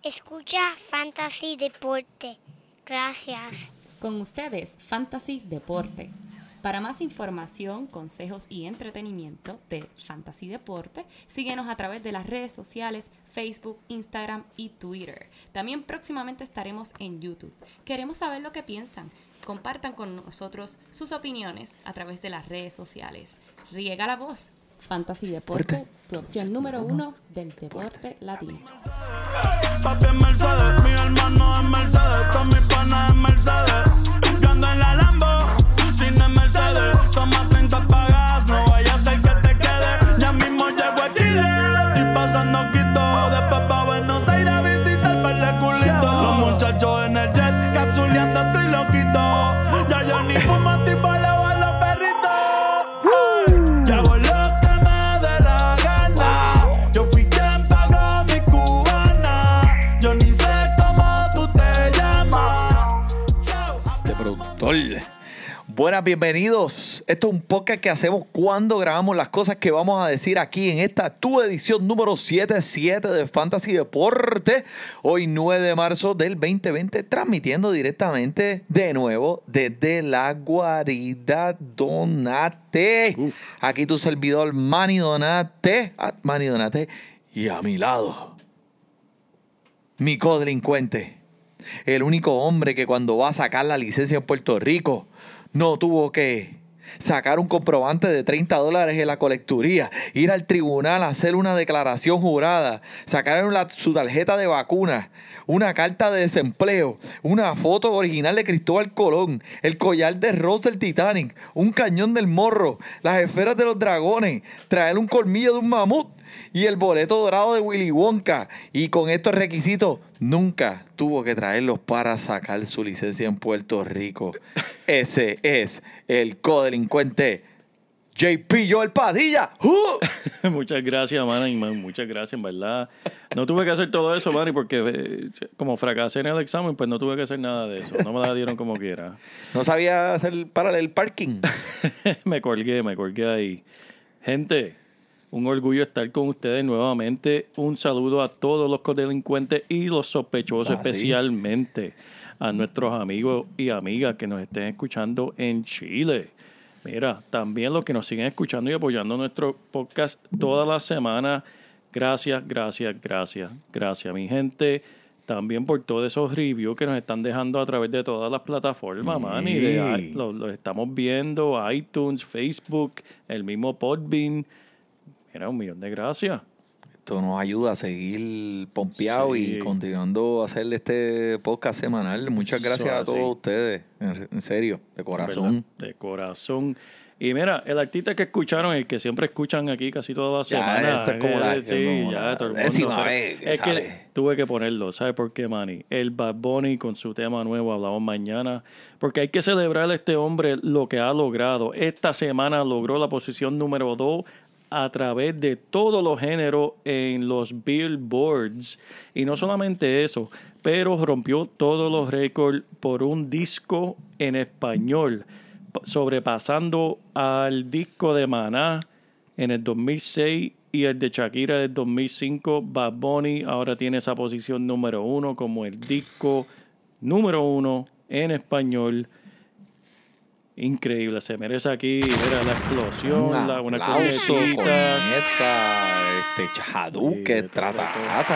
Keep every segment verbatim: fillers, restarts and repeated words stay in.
Escucha Fantasy Deporte. Gracias. Con ustedes, Fantasy Deporte. Para más información, consejos y entretenimiento de Fantasy Deporte, síguenos a través de las redes sociales Facebook, Instagram y Twitter. También próximamente estaremos en YouTube. Queremos saber lo que piensan. Compartan con nosotros sus opiniones a través de las redes sociales. Riega la voz. Fantasy Deporte, tu opción número uno del deporte latino. Papi es Mercedes, mi hermano es Mercedes, todos mis panas es Mercedes. Yo ando en la Lambo, sin es Mercedes. Toma treinta pagas, no vaya a ser que te quede. Ya mismo llego a Chile, estoy pasando quito. Después pa' Buenos Aires a visitar par de culitos. Los muchachos en el jet, capsuleando estoy loquito. Ya yo ni fumo, estoy volado a los perritos. Ya hago lo que me dé la gana. Yo fui quien pagó mi cubana. Yo ni sé cómo tú te llamas. Este productor. Buenas, bienvenidos. Esto es un podcast que hacemos cuando grabamos las cosas que vamos a decir aquí en esta tu edición número setenta y siete de Fantasy Deporte. Hoy nueve de marzo del veinte veinte, transmitiendo directamente de nuevo desde la guarida Donate. Uf. Aquí tu servidor Manny Donate, Manny Donate, y a mi lado mi codelincuente, el único hombre que cuando va a sacar la licencia en Puerto Rico no tuvo que sacar un comprobante de treinta dólares en la colecturía, ir al tribunal a hacer una declaración jurada, sacar una, su tarjeta de vacuna, una carta de desempleo, una foto original de Cristóbal Colón, el collar de Rose del Titanic, un cañón del Morro, las esferas de los dragones, traer un colmillo de un mamut y el boleto dorado de Willy Wonka. Y con estos requisitos nunca tuvo que traerlos para sacar su licencia en Puerto Rico. Ese es el codelincuente J P Joel Padilla. ¡Uh! Muchas gracias, Manny, man. Muchas gracias, en verdad. No tuve que hacer todo eso, Manny, porque eh, como fracasé en el examen, pues no tuve que hacer nada de eso. No me la dieron como quiera. No sabía hacer para el parking. me colgué, me colgué ahí. Gente, un orgullo estar con ustedes nuevamente. Un saludo a todos los codelincuentes y los sospechosos, ah, especialmente ¿sí? a nuestros amigos y amigas que nos estén escuchando en Chile. Mira, también los que nos siguen escuchando y apoyando nuestro podcast toda la semana. Gracias, gracias, gracias, gracias, mi gente. También por todos esos reviews que nos están dejando a través de todas las plataformas, sí. man. Y de, los, los estamos viendo, iTunes, Facebook, el mismo Podbean. Mira, un millón de gracias. Esto nos ayuda a seguir pompeado sí. y continuando a hacer este podcast semanal. Muchas gracias so, a todos sí. ustedes, en, en serio, de corazón. De corazón. Y mira, el artista que escucharon, el que siempre escuchan aquí casi toda la semana. Esto es como la, sí, como ya, la todo el mundo, décima vez que es sale. que tuve que ponerlo. ¿Sabes por qué, Manny? El Bad Bunny con su tema nuevo, hablamos mañana. Porque hay que celebrar a este hombre lo que ha logrado. Esta semana logró la posición número dos a través de todos los géneros en los Billboards. Y no solamente eso, pero rompió todos los récords por un disco en español, sobrepasando al disco de Maná en el dos mil seis y el de Shakira del dos mil cinco. Bad Bunny ahora tiene esa posición número uno como el disco número uno en español. Increíble, se merece aquí, mira la explosión, un la, una aplauso con esta, este Chadú que trata.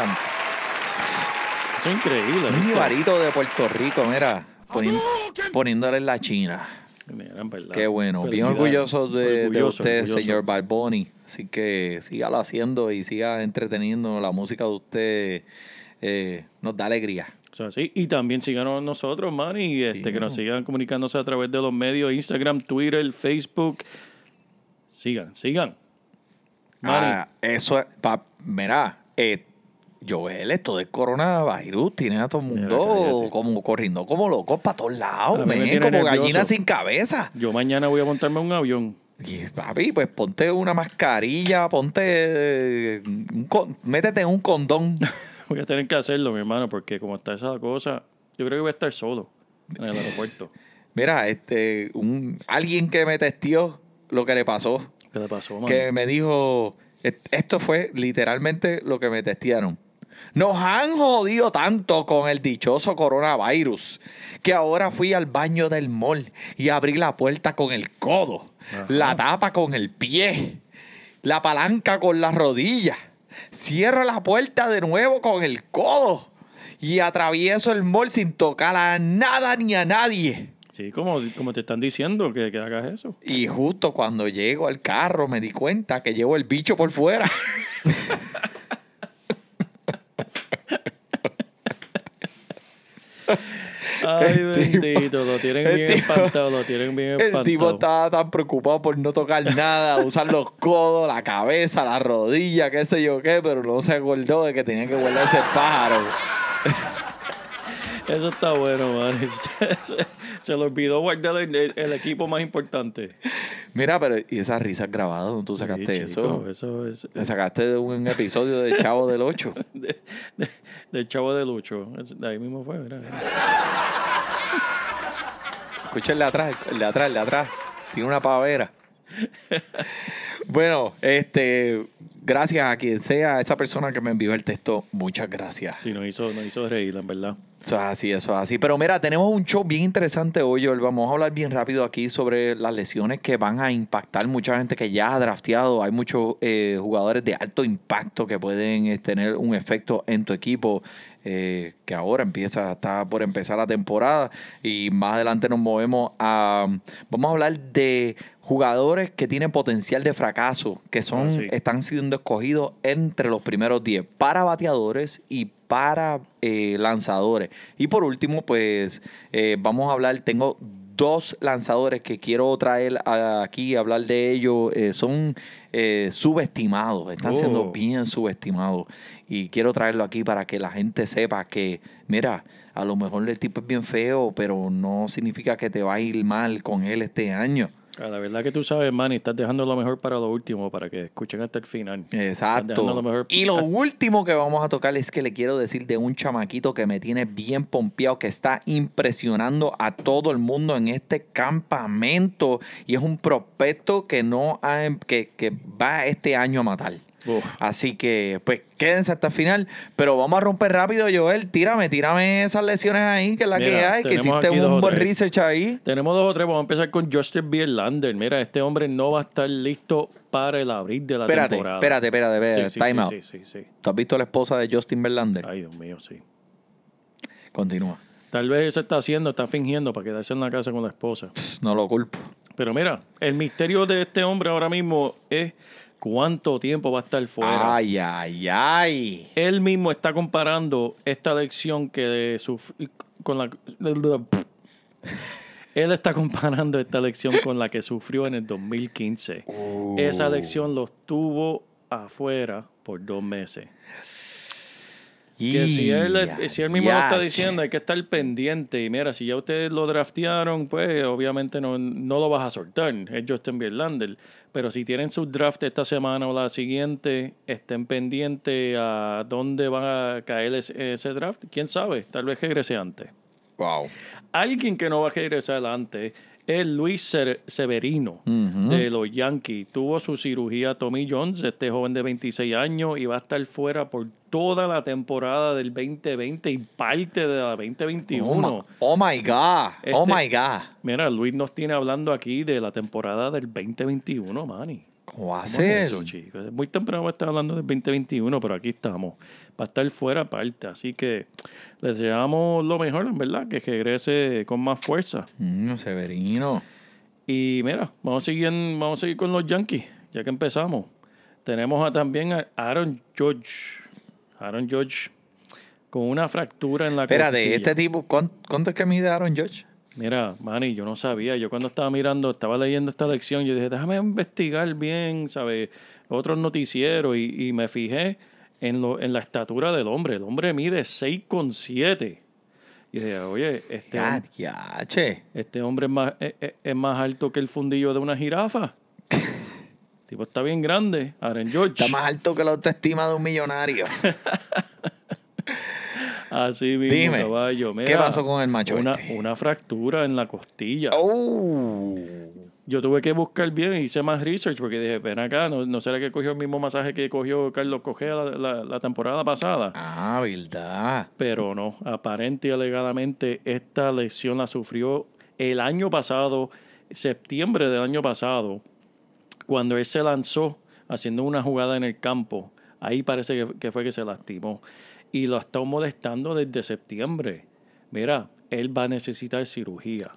Eso es increíble. Un jibarito de Puerto Rico, mira, poni- poniéndole en la China. Mira, en verdad. Qué bueno, bien orgulloso de, orgulloso, de usted, orgulloso. Señor Bad Bunny. Así que sígalo haciendo y siga entreteniendo. La música de usted eh, nos da alegría. O sea, sí. Y también síganos nosotros, man, y este, sí, que nos sigan comunicándose a través de los medios, Instagram, Twitter, Facebook. Sigan, sigan. Ah, eso es, pa, mira, eh, Joel, esto del coronavirus tiene a todo el mundo mira, como corriendo como locos para todos lados, men, como nervioso. Gallina sin cabeza. Yo mañana voy a montarme un avión. Y, papi, pues ponte una mascarilla, ponte, un con, métete en un condón. Voy a tener que hacerlo, mi hermano, porque como está esa cosa, yo creo que voy a estar solo en el aeropuerto. Mira, este, un alguien que me testió lo que le pasó. ¿Qué le pasó, man? Que me dijo, esto fue literalmente lo que me testearon. Nos han jodido tanto con el dichoso coronavirus que ahora fui al baño del mall y abrí la puerta con el codo, Ajá. la tapa con el pie, la palanca con la rodilla. Cierro la puerta de nuevo con el codo y atravieso el mall sin tocar a nada ni a nadie. Sí, como, como te están diciendo que, que hagas eso. Y justo cuando llego al carro me di cuenta que llevo el bicho por fuera. Ay, El bendito, tipo- lo tienen el bien tipo- espantado, lo tienen bien espantado. El tipo estaba tan preocupado por no tocar nada, usar los codos, la cabeza, la rodilla, qué sé yo qué, pero no se acordó de que tenía que guardarse el pájaro. Eso está bueno, man. Se, se le olvidó guardar el, el- el equipo más importante. Mira, pero ¿y esas risas grabadas? ¿Dónde tú sacaste Sí, chico, eso? eso es ¿Me sacaste de un episodio de Chavo del ocho? de, de- del Chavo del Lucho. Es- De ahí mismo fue, mira. Escucha el de atrás, el de atrás, el de atrás. Tiene una pavera. Bueno, este, gracias a quien sea, a esa persona que me envió el texto. Muchas gracias. Sí, nos hizo, nos hizo reír, en verdad. Eso es así, eso es así. Pero mira, tenemos un show bien interesante hoy, Joel. Vamos a hablar bien rápido aquí sobre las lesiones que van a impactar mucha gente que ya ha drafteado. Hay muchos eh, jugadores de alto impacto que pueden eh, tener un efecto en tu equipo. Eh, que ahora empieza, está por empezar la temporada. Y más adelante nos movemos a... Vamos a hablar de jugadores que tienen potencial de fracaso, que son Ah, sí. están siendo escogidos entre los primeros diez para bateadores y para eh, lanzadores. Y por último, pues eh, vamos a hablar, tengo dos lanzadores que quiero traer a- aquí a hablar de ellos. Eh, son eh, subestimados, están Oh. siendo bien subestimados. Y quiero traerlo aquí para que la gente sepa que, mira, a lo mejor el tipo es bien feo, pero no significa que te va a ir mal con él este año. Ah, La verdad que tú sabes, Manny, estás dejando lo mejor para lo último, para que escuchen hasta el final. Estás dejando Exacto. lo mejor- Y lo último que vamos a tocar es que le quiero decir de un chamaquito que me tiene bien pompeado, que está impresionando a todo el mundo en este campamento. Y es un prospecto que no ha, que, que va este año a matar. Uf. Así que, pues, quédense hasta el final. Pero vamos a romper rápido, Joel. Tírame, tírame esas lesiones ahí, que es la que Mira, hay. Que tenemos hiciste aquí dos un o buen tres. research ahí. Tenemos dos o tres. Vamos a empezar con Justin Verlander. Mira, este hombre no va a estar listo para el abril de la Espérate, temporada. espérate, espérate, espérate. Sí, sí, Time sí, out. sí, sí, sí. ¿Tú has visto a la esposa de Justin Verlander? Ay, Dios mío, sí. Continúa. Tal vez eso está haciendo, está fingiendo para quedarse en la casa con la esposa. No lo culpo. Pero mira, el misterio de este hombre ahora mismo es cuánto tiempo va a estar fuera. Ay, ay, ay. Él mismo está comparando esta lección que sufrió con la... Él está comparando esta lección con la que sufrió en el dos mil quince. Uh. Esa lección lo tuvo afuera por dos meses. Que si él, Ya, si él mismo lo está yache. diciendo, hay que estar pendiente. Y mira, si ya ustedes lo draftearon, pues obviamente no, no lo vas a soltar. Es Justin Verlander. Pero si tienen su draft esta semana o la siguiente, estén pendientes a dónde va a caer ese, ese draft. ¿Quién sabe? Tal vez regrese antes. Wow. Alguien que no va a regresar antes es Luis Ser- Severino Ujú. de los Yankees. Tuvo su cirugía Tommy Jones, este joven de veintiséis años, y va a estar fuera por toda la temporada del veinte veinte y parte de la veinte Oh, veintiuno. my, oh my God. Oh Este- my God. Mira, Luis nos tiene hablando aquí de la temporada del veinte veintiuno, Manny. ¿Cómo va a ¿Cómo es ser? eso, chicos? Es muy temprano estar hablando del veinte veintiuno, pero aquí estamos. Va a estar fuera aparte. Así que les deseamos lo mejor, en verdad, que regrese con más fuerza. Mm, Severino. Y mira, vamos a seguir, en- vamos a seguir con los Yankees, ya que empezamos. Tenemos a, también a Aaron Judge. Aaron Judge con una fractura en la Espérate, costilla. este tipo, ¿cuánto, cuánto es que mide Aaron Judge? Mira, Manny, yo no sabía. Yo cuando estaba mirando, estaba leyendo esta lección, yo dije, déjame investigar bien, ¿sabes? Otros noticieros y, y me fijé en, lo, en la estatura del hombre. El hombre mide seis con siete. Y dije, oye, este, Ya, hom- ya, che. este hombre es más, es, es- es más alto que el fundillo de una jirafa. El tipo está bien grande, Aaron George. Está más alto que la autoestima de un millonario. Así mismo, Dime, caballo. Mira, ¿qué pasó con el macho una, este? una fractura en la costilla. Oh. yo tuve que buscar bien y hice más research porque dije, ven acá, ¿no, no será que cogió el mismo masaje que cogió Carlos Correa la, la, la temporada pasada? Ah, verdad. Pero no, aparente y alegadamente esta lesión la sufrió el año pasado, septiembre del año pasado, cuando él se lanzó haciendo una jugada en el campo. Ahí parece que, que fue que se lastimó. Y lo ha estado molestando desde septiembre. Mira, él va a necesitar cirugía.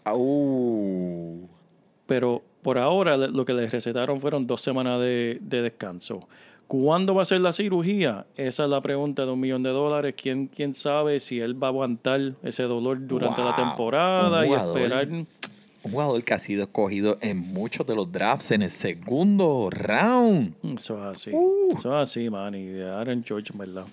Uh. Pero por ahora lo que le recetaron fueron dos semanas de, de descanso. ¿Cuándo va a ser la cirugía? Esa es la pregunta de un millón de dólares. ¿Quién, quién sabe si él va a aguantar ese dolor durante Wow. la temporada y esperar? Un jugador que ha sido escogido en muchos de los drafts en el segundo round. Eso es así. Uh. Eso es así, man. Y de Aaron George, en verdad.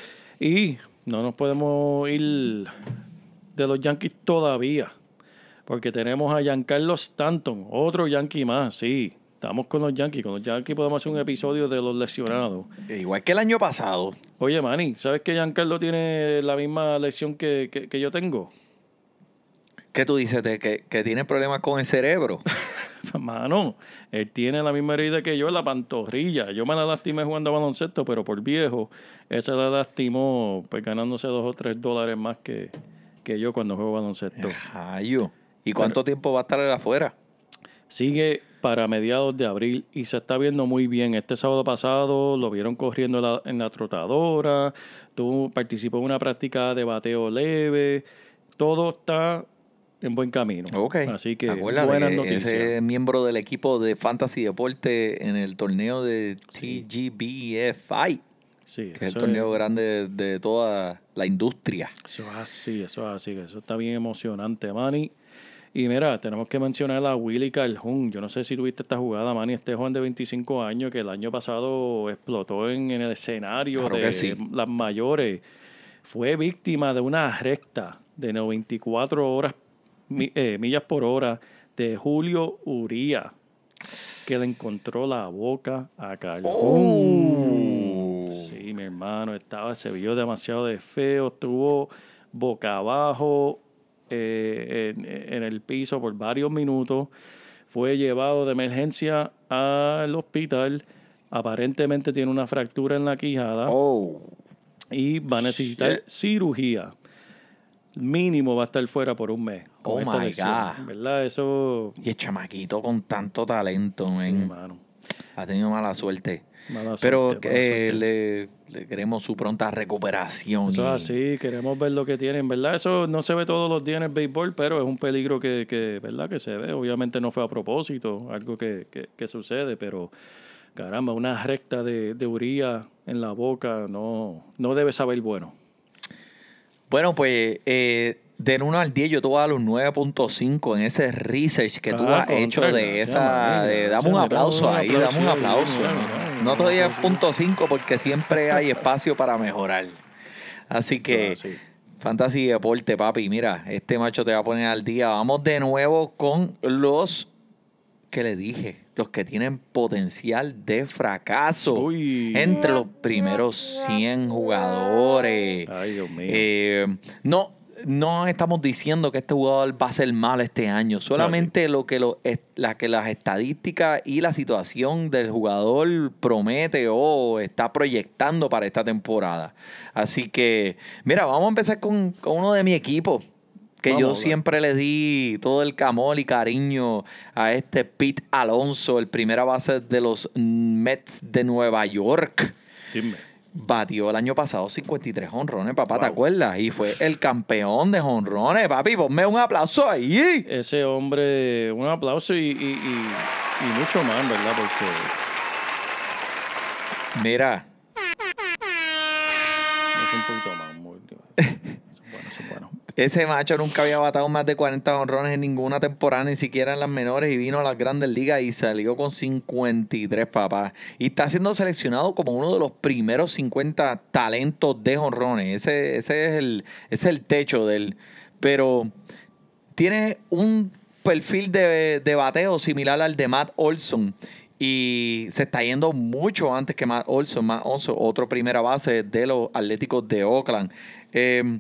Y no nos podemos ir de los Yankees todavía. Porque tenemos a Giancarlo Stanton, otro Yankee más, sí. Estamos con los Yankees. Con los Yankees podemos hacer un episodio de los lesionados. Igual que el año pasado. Oye, Manny, ¿sabes que Giancarlo tiene la misma lesión que, que, que yo tengo? ¿Qué tú dices? ¿De que, que tiene problemas con el cerebro? Mano, él tiene la misma herida que yo en la pantorrilla. Yo me la lastimé jugando baloncesto, pero por viejo, él se la lastimó pues ganándose dos o tres dólares más que, que yo cuando juego baloncesto. Rayo. ¿Y cuánto pero, tiempo va a estar él afuera? Sigue para mediados de abril y se está viendo muy bien. Este sábado pasado lo vieron corriendo en la, en la trotadora, tuvo, participó en una práctica de bateo leve. Todo está en buen camino. Okay. Así que Acuérdate buenas que noticias. Ese es miembro del equipo de Fantasy Deporte en el torneo de Sí. T G B F I. Sí, que es el torneo es, grande de, de toda la industria. Eso es así, eso es así. Eso está bien emocionante, Manny. Y mira, tenemos que mencionar a Willy Calhoun. Yo no sé si tuviste esta jugada, Manny. Este joven de veinticinco años que el año pasado explotó en, en el escenario claro de sí. las mayores. Fue víctima de una recta de noventa y cuatro horas, eh, millas por hora de Julio Urías, que le encontró la boca a Calhoun. Oh. Sí, mi hermano, estaba, se vio demasiado de feo, estuvo boca abajo eh, en, en el piso por varios minutos. Fue llevado de emergencia al hospital. Aparentemente tiene una fractura en la quijada. Oh. Y va a necesitar Shit. cirugía. Mínimo va a estar fuera por un mes. Oh my lesión, God. ¿Verdad? Eso. Y el chamaquito con tanto talento, sí, man. mano. Ha tenido mala suerte. Mala Pero suerte, mala eh, suerte. Le, le queremos su pronta recuperación. Eso y... es así, queremos ver lo que tienen, ¿verdad? Eso no se ve todos los días en el béisbol, pero es un peligro que, que ¿verdad? Que se ve. Obviamente no fue a propósito, algo que, que, que sucede, pero caramba, una recta de, de Urías en la boca no, no debe saber bueno. Bueno, pues eh, de uno al diez yo te voy a dar un nueve punto cinco en ese research que ah, tú has hecho de esa... De, dame un aplauso ahí, dame un aplauso. No, no te doy diez punto cinco porque siempre hay espacio para mejorar. Así que, sí. Fantasy Deporte, papi, mira, este macho te va a poner al día. Vamos de nuevo con los que le dije, los que tienen potencial de fracaso. Uy. Entre los primeros cien jugadores. Ay, Dios mío. Eh, no, no estamos diciendo que este jugador va a ser malo este año. Solamente no, sí. lo que lo, la, que las estadísticas y la situación del jugador promete o está proyectando para esta temporada. Así que, mira, vamos a empezar con, con uno de mi equipo. Que Vamos, yo siempre le di todo el amor y cariño a este Pete Alonso, el primera base de los Mets de Nueva York. Dime. Batió el año pasado cincuenta y tres jonrones, papá, wow. ¿Te acuerdas? Y fue el campeón de jonrones, papi. Ponme un aplauso ahí. Ese hombre, un aplauso y, y, y, y mucho más, ¿verdad? Porque... Mira. Es un poquito más, muy... Eso es bueno, eso es bueno. Ese macho nunca había batado más de cuarenta jonrones en ninguna temporada, ni siquiera en las menores, y vino a las grandes ligas y salió con cincuenta y tres, papás. Y está siendo seleccionado como uno de los primeros cincuenta talentos de jonrones. Ese, ese, es el, ese es el techo de él. Pero tiene un perfil de, de bateo similar al de Matt Olson. Y se está yendo mucho antes que Matt Olson. Matt Olson, otro primera base de los Atléticos de Oakland. Eh,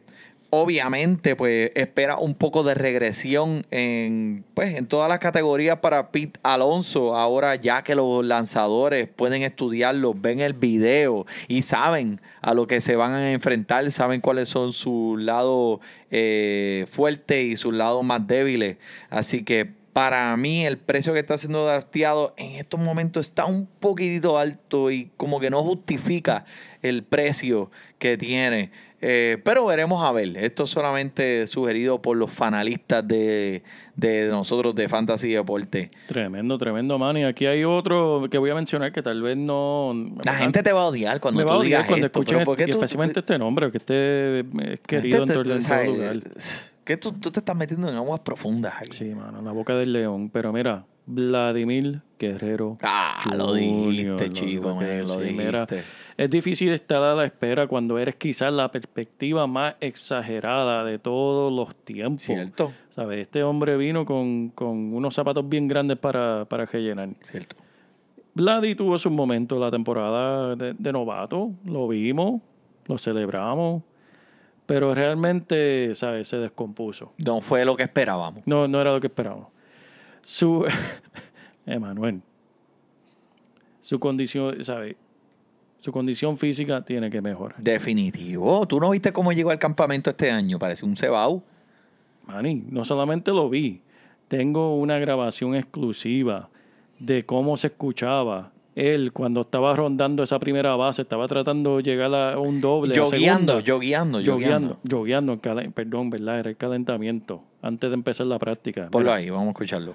obviamente, pues espera un poco de regresión en, pues, en todas las categorías para Pete Alonso. Ahora ya que los lanzadores pueden estudiarlo, ven el video y saben a lo que se van a enfrentar, saben cuáles son sus lados eh, fuertes y sus lados más débiles. Así que para mí el precio que está siendo drafteado en estos momentos está un poquitito alto y como que no justifica el precio que tiene. Eh, pero veremos a ver. Esto es solamente sugerido por los fanalistas de, de nosotros de Fantasy Deporte. Tremendo, tremendo, man. Y aquí hay otro que voy a mencionar que tal vez no... La gente te va a odiar cuando me tú va a odiar digas cuando esto, escuchen, pero ¿por qué y tú- especialmente este nombre, que este es querido Te- en te- todo, en ¿sabes? todo lugar. Que tú, tú te estás metiendo en aguas profundas aquí. Sí, mano, la boca del león. Pero mira, Vladimir Guerrero. Ah, lo Junior, dijiste, chico, tuve que man, lo decir. Mira, dijiste. es difícil estar a la espera cuando eres quizás la perspectiva más exagerada de todos los tiempos. Cierto, ¿Sabes? Este hombre vino con, con unos zapatos bien grandes para, para rellenar. cierto. Vladi tuvo su momento la temporada de, de novato, lo vimos, lo celebramos, pero realmente, ¿sabes? Se descompuso. No fue lo que esperábamos. No, no era lo que esperábamos. Su... Emanuel. Su condición, ¿sabes? Su condición física tiene que mejorar. Definitivo. ¿Tú no viste cómo llegó al campamento este año? Parece un cebao. Manny, no solamente lo vi, tengo una grabación exclusiva de cómo se escuchaba él cuando estaba rondando esa primera base, estaba tratando de llegar a un doble. Yo a segunda. guiando, yo guiando, yo Yogueando, guiando. yogueando, el calen- perdón, ¿verdad? Era el calentamiento antes de empezar la práctica. Ponlo Mira, ahí, vamos a escucharlo.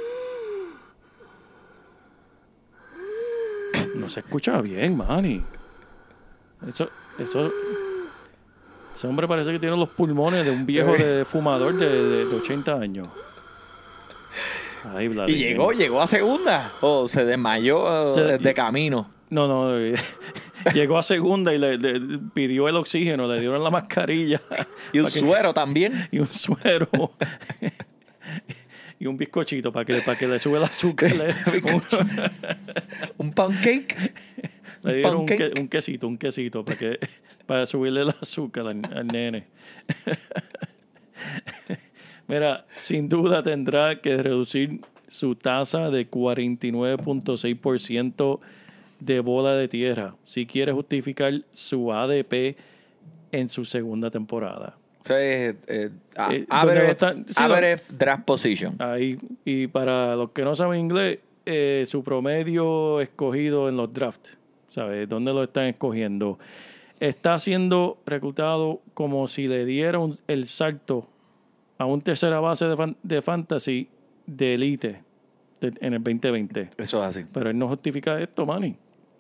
no se escucha bien, Manny. Eso, eso, ese hombre parece que tiene los pulmones de un viejo de fumador de, de, de ochenta años. Ay, Y Vladimir. llegó, llegó a segunda. O se desmayó eh, Se- de camino. No, no, eh, llegó a segunda y le, le pidió el oxígeno, le dieron la mascarilla. Y un pa' que- suero también. y un suero. Y un bizcochito para que, para que le sube el azúcar. Le, un- Un pancake. le dieron un, pancake. que- un quesito, un quesito para que para subirle el azúcar al, al nene. Mira, sin duda tendrá que reducir su tasa de cuarenta y nueve punto seis por ciento de bola de tierra si quiere justificar su A D P en su segunda temporada. O sea, eh, eh, a- Eh, average, donde lo están- sí, lo- average draft position. Ahí, y para los que no saben inglés, eh, su promedio escogido en los drafts, ¿sabes? ¿Dónde lo están escogiendo? Está siendo reclutado como si le dieran el salto a un tercera base de, fan- de fantasy de elite de- en el veinte veinte. Eso es así. Pero él no justifica esto, Manny.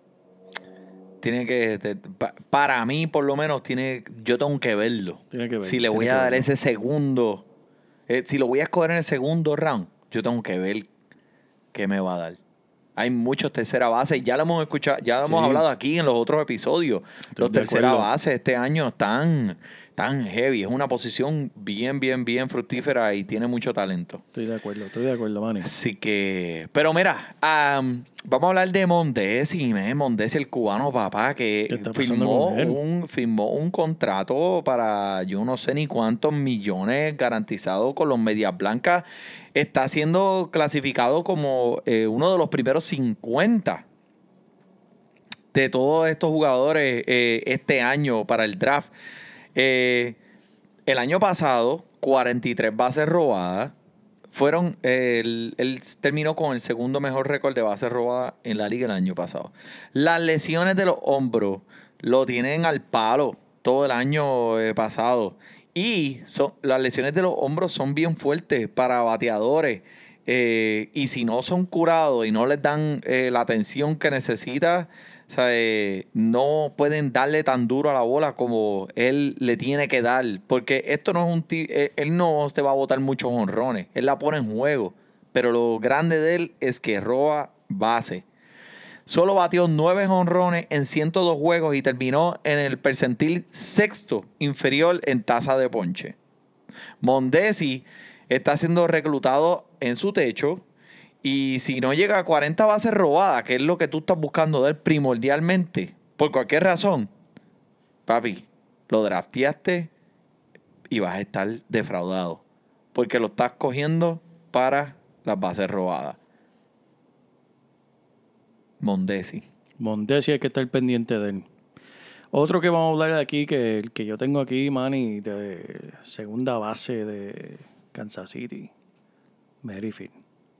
Tiene que, te- pa- para mí por lo menos, tiene, yo tengo que verlo. Tiene que ver. Si le voy tiene a que dar verlo. ese segundo, eh, si lo voy a escoger en el segundo round, yo tengo que ver qué me va a dar. Hay muchos tercera base, ya lo hemos escuchado, ya lo hemos Sí. hablado aquí en los otros episodios. Estoy Los de tercera acuerdo. base este año están tan heavy, es una posición bien, bien, bien fructífera y tiene mucho talento. Estoy de acuerdo, estoy de acuerdo, Manny. Así que, pero mira, am, vamos a hablar de Mondesi, me Mondesi, el cubano papá, que ¿Qué está pasando firmó con él? un, firmó un contrato para yo no sé ni cuántos millones garantizado con los Medias Blancas. Está siendo clasificado como eh, uno de los primeros cincuenta de todos estos jugadores eh, este año para el draft. Eh, el año pasado, cuarenta y tres bases robadas. Fueron, eh, él, él terminó con el segundo mejor récord de bases robadas en la liga el año pasado. Las lesiones de los hombros lo tienen al palo todo el año eh, pasado. Y son, las lesiones de los hombros son bien fuertes para bateadores. Eh, y si no son curados y no les dan eh, la atención que necesita, o sea, eh, no pueden darle tan duro a la bola como él le tiene que dar. Porque esto no es un ti- él, él no te va a botar muchos honrones. Él la pone en juego. Pero lo grande de él es que roba base. Solo batió nueve jonrones en ciento dos juegos y terminó en el percentil sexto inferior en tasa de ponche. Mondesi está siendo reclutado en su techo y si no llega a cuarenta bases robadas, que es lo que tú estás buscando de él primordialmente, por cualquier razón, papi, lo drafteaste y vas a estar defraudado. Porque lo estás cogiendo para las bases robadas. Mondesi. Mondesi hay que estar pendiente de él. Otro que vamos a hablar de aquí, que el que yo tengo aquí, Manny, de segunda base de Kansas City, Merrifield.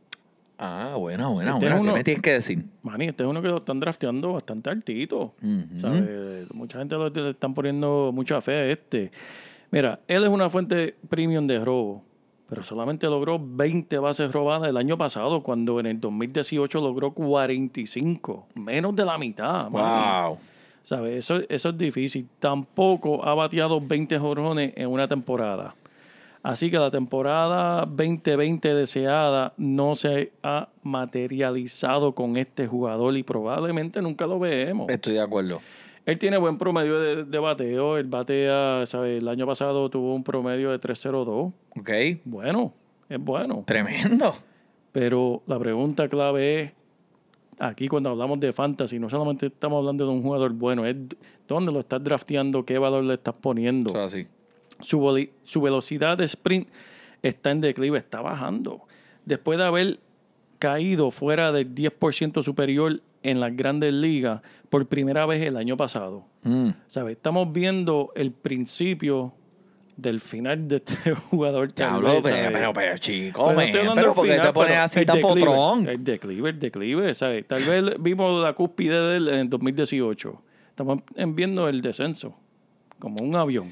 Ah, buena, buena, Este buena. es uno- ¿Qué me tienes que decir? Manny, este es uno que lo están drafteando bastante altito. Ujú. ¿Sabes? Mucha gente lo- le están poniendo mucha fe a este. Mira, él es una fuente premium de robo, pero solamente logró veinte bases robadas el año pasado, cuando en el dos mil dieciocho logró cuarenta y cinco. Menos de la mitad, Manny. Wow. ¿Sabes? Eso, eso es difícil. Tampoco ha bateado veinte jonrones en una temporada. Así que la temporada veinte veinte deseada no se ha materializado con este jugador y probablemente nunca lo veamos. Estoy de acuerdo. Él tiene buen promedio de, de bateo. Él batea, ¿sabes? El año pasado tuvo un promedio de tres cero dos. Ok. Bueno, es bueno. Tremendo. Pero la pregunta clave es, aquí cuando hablamos de fantasy, no solamente estamos hablando de un jugador bueno, es dónde lo estás drafteando, qué valor le estás poniendo. Eso es así. Su, voli- su velocidad de sprint está en declive, está bajando. Después de haber caído fuera del diez por ciento superior en las grandes ligas por primera vez el año pasado. Mm. ¿Sabes? Estamos viendo el principio del final de este jugador. tal Diablo, vez, pero, ¿sabes? pero, pero, chico, Pero no men, estoy hablando pero del ¿por qué final, te pones pero así el tan declive, potrón? El declive, el declive, ¿sabes? Tal vez vimos la cúspide de él en el dos mil dieciocho. Estamos en- viendo el descenso, como un avión.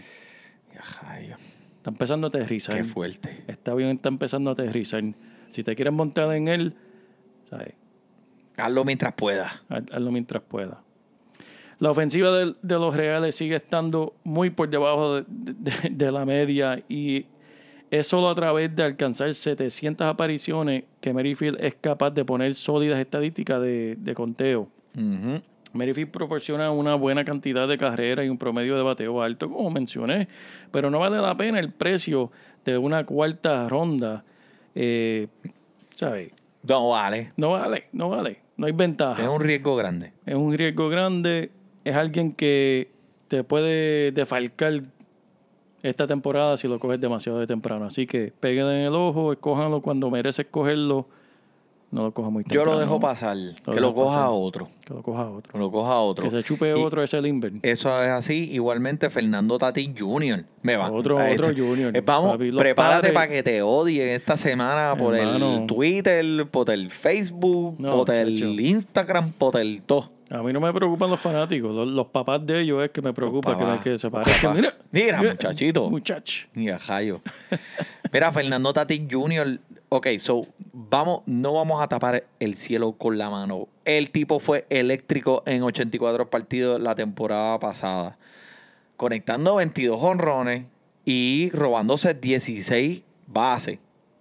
Ay, Está empezando a aterrizar. qué fuerte. Este avión está empezando a aterrizar. Si te quieres montar en él, ¿sabes? Hazlo mientras puedas. Haz- Hazlo mientras pueda. La ofensiva de, de los Reales sigue estando muy por debajo de, de- de la media y es solo a través de alcanzar setecientas apariciones que Merrifield es capaz de poner sólidas estadísticas de, de conteo. Ujú. Merrifield proporciona una buena cantidad de carreras y un promedio de bateo alto, como mencioné, pero no vale la pena el precio de una cuarta ronda. Eh, ¿Sabes? No vale. No vale, no vale. No hay ventaja. Es un riesgo grande. Es un riesgo grande. Es alguien que te puede defalcar esta temporada si lo coges demasiado de temprano. Así que peguen en el ojo, escójanlo cuando mereces cogerlo. No lo coja muy Yo temprano. lo dejo pasar. que dejo lo coja pasar. otro. Que lo coja otro. Que lo coja otro. Que se chupe Y otro ese Limber. Eso es así. Igualmente, Fernando Tatis junior Me va. Otro- a otro este- junior. Eh, Vamos, Papi, los prepárate padres- para que te odien esta semana por Hermano. el Twitter, por el Facebook, No, por el chacho. Instagram, por el todo. A mí no me preocupan los fanáticos. Los, los papás de ellos es que me preocupa que, papás, me- que se los parezcan. papás. Mira, Mira, muchachito. Muchacho. Ni a jayo. Mira, Fernando Tatis junior Ok, so, vamos, no vamos a tapar el cielo con la mano. El tipo fue eléctrico en ochenta y cuatro partidos la temporada pasada. Conectando veintidós jonrones y robándose dieciséis bases.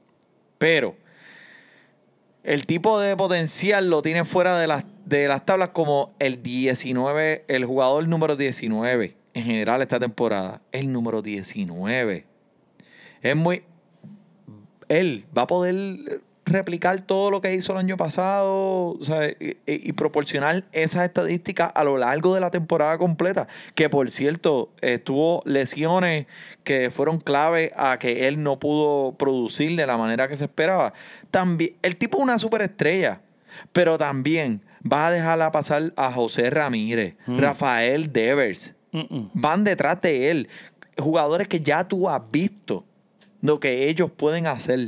Pero el tipo de potencial lo tiene fuera de las, de las tablas como el diecinueve, el jugador número diecinueve en general esta temporada. El número diecinueve. Es muy... Él va a poder replicar todo lo que hizo el año pasado, o sea, y, y proporcionar esas estadísticas a lo largo de la temporada completa. Que, por cierto, eh, tuvo lesiones que fueron clave a que él no pudo producir de la manera que se esperaba. También, el tipo es una superestrella, pero también va a dejarla pasar a José Ramírez, Mm. Rafael Devers. Mm-mm. Van detrás de él. Jugadores que ya tú has visto lo que ellos pueden hacer.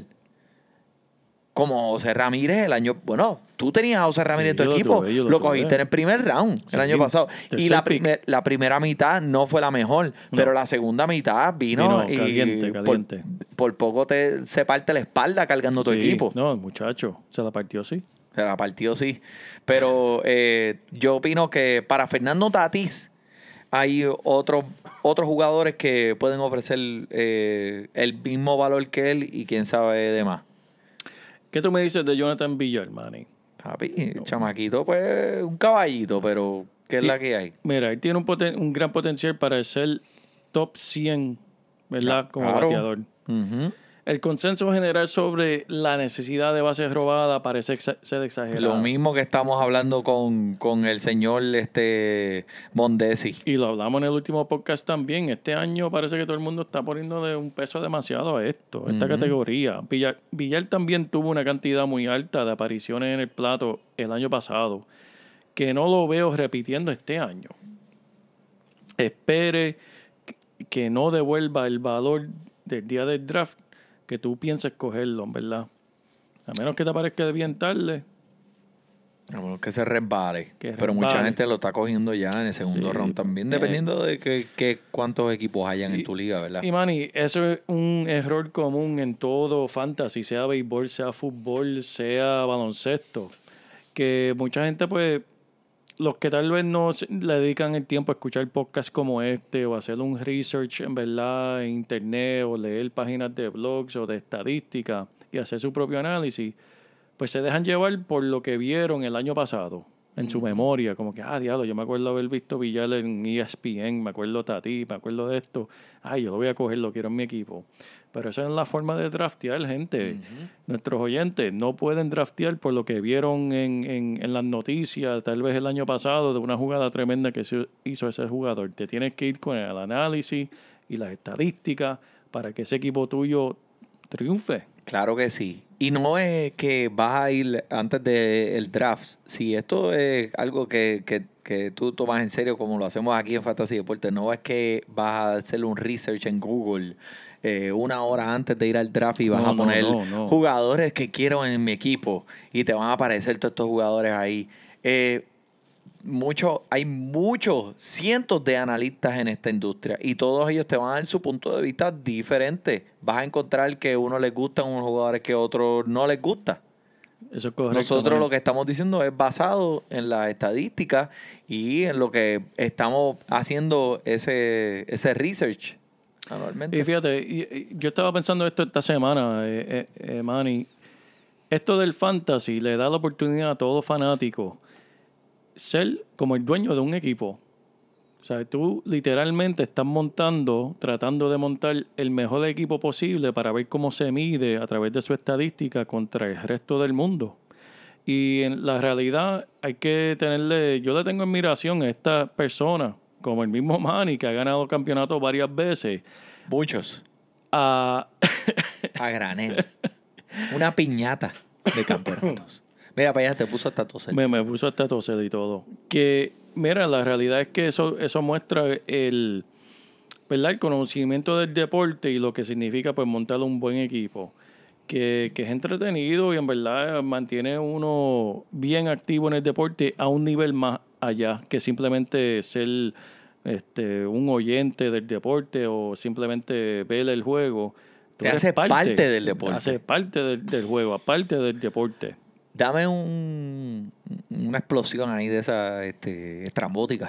Como José Ramírez el año... Bueno, tú tenías a José Ramírez Sí, en tu yo lo equipo. tuve, yo Lo, lo tuve. cogiste en el primer round Sí, el año pasado. Y tercer la, pick. primer- la primera mitad no fue la mejor. No. Pero la segunda mitad vino, Vino y caliente, por- caliente. Por, poco te, se parte la espalda cargando tu Sí, equipo. No, el muchacho se la partió, sí. Se la partió, sí. Pero eh, yo opino que para Fernando Tatis hay otros otros jugadores que pueden ofrecer eh, el mismo valor que él y quién sabe de más. ¿Qué tú me dices de Jonathan Villar, Manny? Papi, chamaquito, pues un caballito, pero ¿qué es Sí. la que hay? Mira, él tiene un, poten- un gran potencial para ser top cien, ¿verdad? Como Claro. bateador. Ujú. El consenso general sobre la necesidad de bases robadas parece exa- ser exagerado. Lo mismo que estamos hablando con, con el señor este Mondesi. Y lo hablamos en el último podcast también. Este año parece que todo el mundo está poniendo de un peso demasiado a esto, a esta Ujú. categoría. Villar, Villar también tuvo una cantidad muy alta de apariciones en el plato el año pasado, que no lo veo repitiendo este año. Espere que no devuelva el valor del día del draft que tú pienses cogerlo, ¿verdad? A menos que te parezca bien tarde. A menos que se resbale. Que Pero mucha resbale. gente lo está cogiendo ya en el segundo Sí. round también, Eh. dependiendo de que, que cuántos equipos hayan en tu liga, ¿verdad? Y Manny, eso es un error común en todo fantasy, sea béisbol, sea fútbol, sea baloncesto. Que mucha gente, pues, los que tal vez no se- le dedican el tiempo a escuchar podcasts como este o hacer un research en verdad en internet o leer páginas de blogs o de estadística y hacer su propio análisis, pues se dejan llevar por lo que vieron el año pasado en su memoria, como que, ah, diablo, yo me acuerdo haber visto Villar en E S P N, me acuerdo Tati, me acuerdo de esto, ay, yo lo voy a coger, lo quiero en mi equipo. Pero esa es la forma de draftear, gente. Uh-huh. Nuestros oyentes no pueden draftear por lo que vieron en, en, en las noticias, tal vez el año pasado, de una jugada tremenda que se hizo ese jugador. Te tienes que ir con el análisis y las estadísticas para que ese equipo tuyo triunfe. Claro que sí. Y no es que vas a ir antes del draft. Si esto es algo que, que, que tú tomas en serio como lo hacemos aquí en Fantasy Deportes, no es que vas a hacer un research en Google eh, una hora antes de ir al draft y vas no, a poner no, no, no. jugadores que quiero en mi equipo y te van a aparecer todos estos jugadores ahí. Eh, mucho, hay muchos, cientos de analistas en esta industria y todos ellos te van a dar su punto de vista diferente. Vas a encontrar que a uno les gustan unos jugadores que a otros no les gusta. Eso es correcto. Nosotros man. lo que estamos diciendo es basado en las estadísticas y en lo que estamos haciendo ese, ese research anualmente. Y fíjate, y, y, yo estaba pensando esto esta semana, eh, eh, eh, Manny. Esto del fantasy le da la oportunidad a todo fanático ser como el dueño de un equipo. O sea, tú literalmente estás montando, tratando de montar el mejor equipo posible para ver cómo se mide a través de su estadística contra el resto del mundo. Y en la realidad hay que tenerle, yo le tengo admiración a esta persona, como el mismo Manny, que ha ganado campeonatos varias veces. Muchos. A, a granel. Una piñata de campeonatos. Mira, para allá te puso hasta toser. Me, me puso hasta toser y todo. Que, mira, la realidad es que eso, eso muestra el, ¿verdad? El conocimiento del deporte y lo que significa pues montar un buen equipo. Que, que es entretenido y en verdad mantiene uno bien activo en el deporte a un nivel más allá que simplemente ser este, un oyente del deporte o simplemente ver el juego. Tú Te eres hace parte, parte del deporte. Hace parte del, del juego, aparte del deporte. Dame un, una explosión ahí de esa este, estrambótica.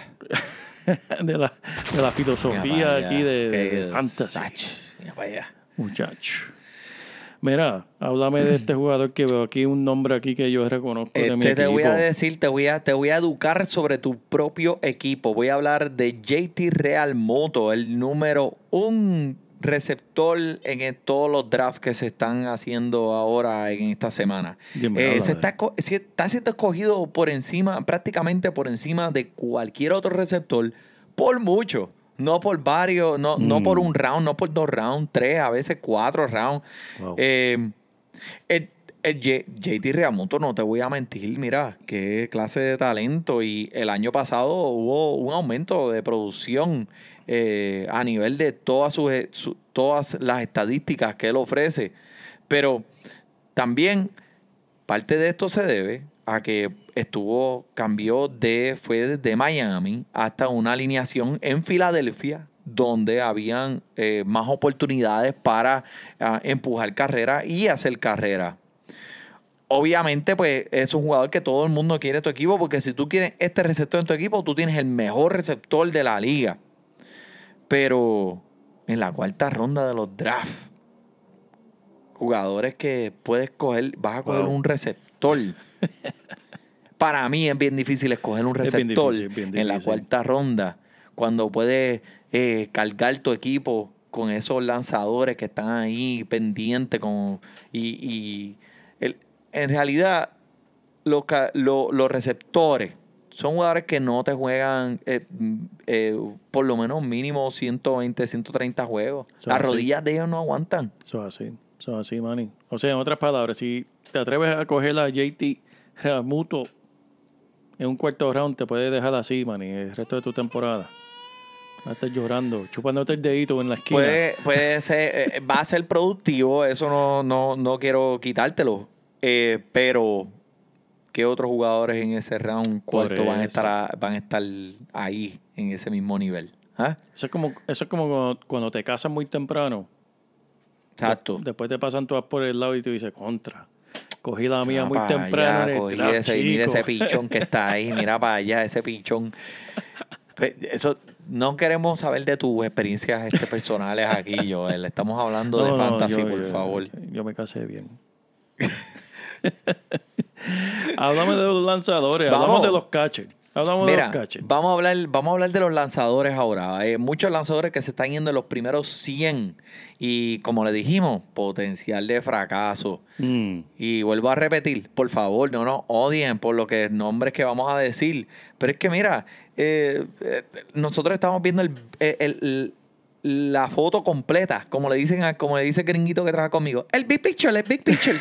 de, la, de la filosofía allá, aquí de, de, de fantasy. Mira para allá. Muchacho. Mira, háblame de este jugador que veo aquí, un nombre aquí que yo reconozco este de mi te equipo. Te voy a decir, te voy a, te voy a educar sobre tu propio equipo. Voy a hablar de J T Realmuto, el número un receptor en el, todos los drafts que se están haciendo ahora en esta semana. Eh, se está, se está siendo escogido por encima, prácticamente por encima de cualquier otro receptor, por mucho. No por varios, no, mm. no por un round, no por dos rounds, tres, a veces cuatro rounds. Wow. Eh, el, el J T Realmuto, no te voy a mentir, mira, qué clase de talento. Y el año pasado hubo un aumento de producción eh, a nivel de todas, sus, su, todas las estadísticas que él ofrece. Pero también parte de esto se debe a que estuvo, cambió de, fue desde Miami hasta una alineación en Filadelfia, donde habían eh, más oportunidades para uh, empujar carrera y hacer carrera. Obviamente, pues, es un jugador que todo el mundo quiere en tu equipo, porque si tú quieres este receptor en tu equipo, tú tienes el mejor receptor de la liga. Pero en la cuarta ronda de los drafts, jugadores que puedes coger, vas a coger wow. un receptor. Para mí es bien difícil escoger un receptor bien difícil, bien difícil. En la cuarta ronda, cuando puedes eh, cargar tu equipo con esos lanzadores que están ahí pendientes con, y, y el, en realidad los, los, los receptores son jugadores que no te juegan eh, eh, por lo menos mínimo ciento veinte, ciento treinta juegos. Eso Las así. rodillas de ellos no aguantan. Eso es así. Eso es así, Manny. O sea, en otras palabras, si te atreves a coger a J T Realmuto en un cuarto round, te puedes dejar así, Manny, el resto de tu temporada. Vas a estar llorando, chupándote el dedito en la esquina. Puede, puede ser, eh, va a ser productivo, eso no, no, no quiero quitártelo. Eh, pero, ¿qué otros jugadores en ese round cuarto van a, eso. estar a- van a estar ahí en ese mismo nivel? ¿Ah? Eso es como, eso es como cuando, cuando te casas muy temprano. Exacto. De- después te pasan todas por el lado y tú dices, contra. Cogí la mía Ah, muy pa' temprano allá, en el cogí draft, ese, mira chico. ese pichón que está ahí, mira para allá ese pichón. Pues, eso, no queremos saber de tus experiencias este, personales aquí, Joel. Estamos hablando de No, no, fantasy, yo- por yo- favor. Yo, yo me casé bien. Háblame de los lanzadores, Vamos. hablamos de los catchers. Hablamos de Mira, los catchers. vamos a hablar, vamos a hablar de los lanzadores ahora. Hay muchos lanzadores que se están yendo en los primeros cien. Y como le dijimos, potencial de fracaso. Mm. Y vuelvo a repetir, por favor, no nos odien por lo que nombres que vamos a decir. Pero es que mira, eh, eh, nosotros estamos viendo el, el- el- la foto completa, como le dicen a- como le dice el gringuito que trabaja conmigo. El big picture, el big picture.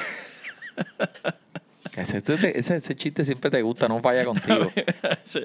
ese, ese, ese chiste siempre te gusta, no falla contigo. Sí.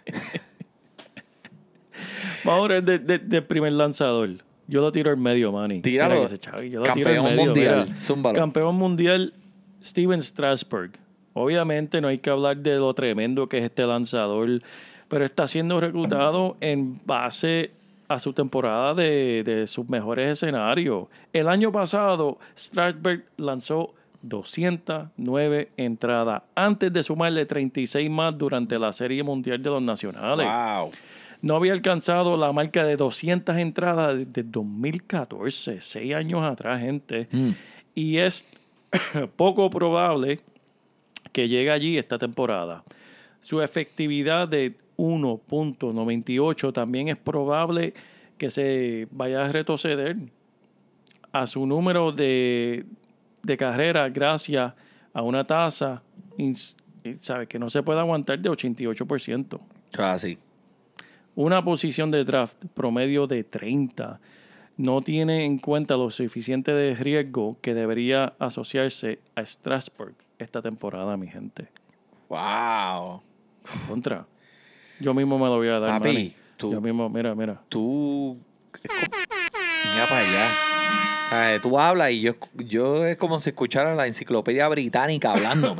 Vamos a hablar de- de- del primer lanzador. Yo lo tiro al medio, Manny. Tíralo. Mira que ese chavi, yo lo tiro al Campeón medio, mundial. mira. Zúmbalo. Campeón mundial, Steven Strasburg. Obviamente no hay que hablar de lo tremendo que es este lanzador, pero está siendo reclutado en base a su temporada de, de sus mejores escenarios. El año pasado, Strasburg lanzó doscientas nueve entradas antes de sumarle treinta y seis más durante la Serie Mundial de los Nacionales. Wow. No había alcanzado la marca de doscientas entradas desde dos mil catorce, seis años atrás, gente. Mm. Y es poco probable que llegue allí esta temporada. Su efectividad de uno punto noventa y ocho también es probable que se vaya a retroceder a su número de, de carreras gracias a una tasa ins- ¿sabe? que no se puede aguantar de ochenta y ocho por ciento. Así. Una posición de draft promedio de treinta no tiene en cuenta lo suficiente de riesgo que debería asociarse a Strasburg esta temporada, mi gente. Wow. Contra. Yo mismo me lo voy a dar, Papi, Manny. tú- Yo mismo, mira, mira. Tú. Mira para allá. Ay, tú hablas y yo, yo es como si escuchara la enciclopedia británica hablándome.